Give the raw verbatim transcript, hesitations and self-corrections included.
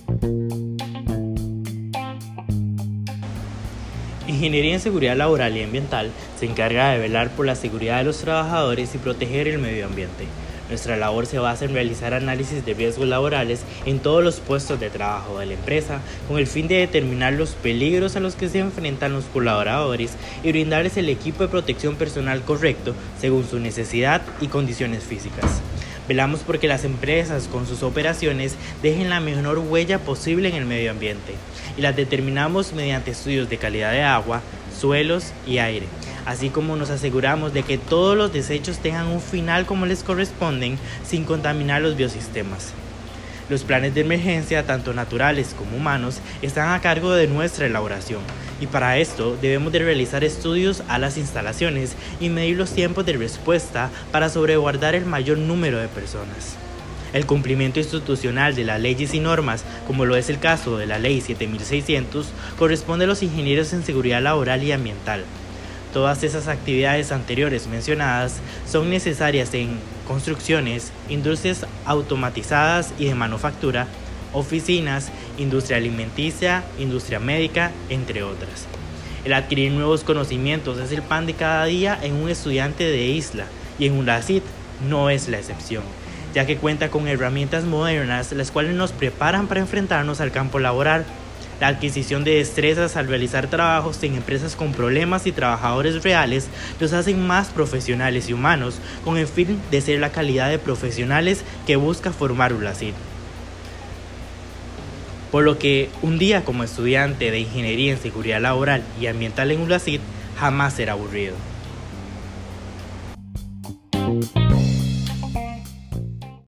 Ingeniería en Seguridad Laboral y Ambiental se encarga de velar por la seguridad de los trabajadores y proteger el medio ambiente. Nuestra labor se basa en realizar análisis de riesgos laborales en todos los puestos de trabajo de la empresa, con el fin de determinar los peligros a los que se enfrentan los colaboradores y brindarles el equipo de protección personal correcto según su necesidad y condiciones físicas. Velamos porque las empresas con sus operaciones dejen la menor huella posible en el medio ambiente y las determinamos mediante estudios de calidad de agua, suelos y aire, así como nos aseguramos de que todos los desechos tengan un final como les corresponden sin contaminar los biosistemas. Los planes de emergencia, tanto naturales como humanos, están a cargo de nuestra elaboración y para esto debemos de realizar estudios a las instalaciones y medir los tiempos de respuesta para sobreguardar el mayor número de personas. El cumplimiento institucional de las leyes y normas, como lo es el caso de la Ley siete mil seiscientos, corresponde a los ingenieros en seguridad laboral y ambiental. Todas esas actividades anteriores mencionadas son necesarias en construcciones, industrias automatizadas y de manufactura, oficinas, industria alimenticia, industria médica, entre otras. El adquirir nuevos conocimientos es el pan de cada día en un estudiante de isla y en UNACYT no es la excepción, ya que cuenta con herramientas modernas las cuales nos preparan para enfrentarnos al campo laboral. La adquisición de destrezas al realizar trabajos en empresas con problemas y trabajadores reales los hacen más profesionales y humanos, con el fin de ser la calidad de profesionales que busca formar UNACYT. Por lo que un día como estudiante de Ingeniería en Seguridad Laboral y Ambiental en UNACYT jamás será aburrido.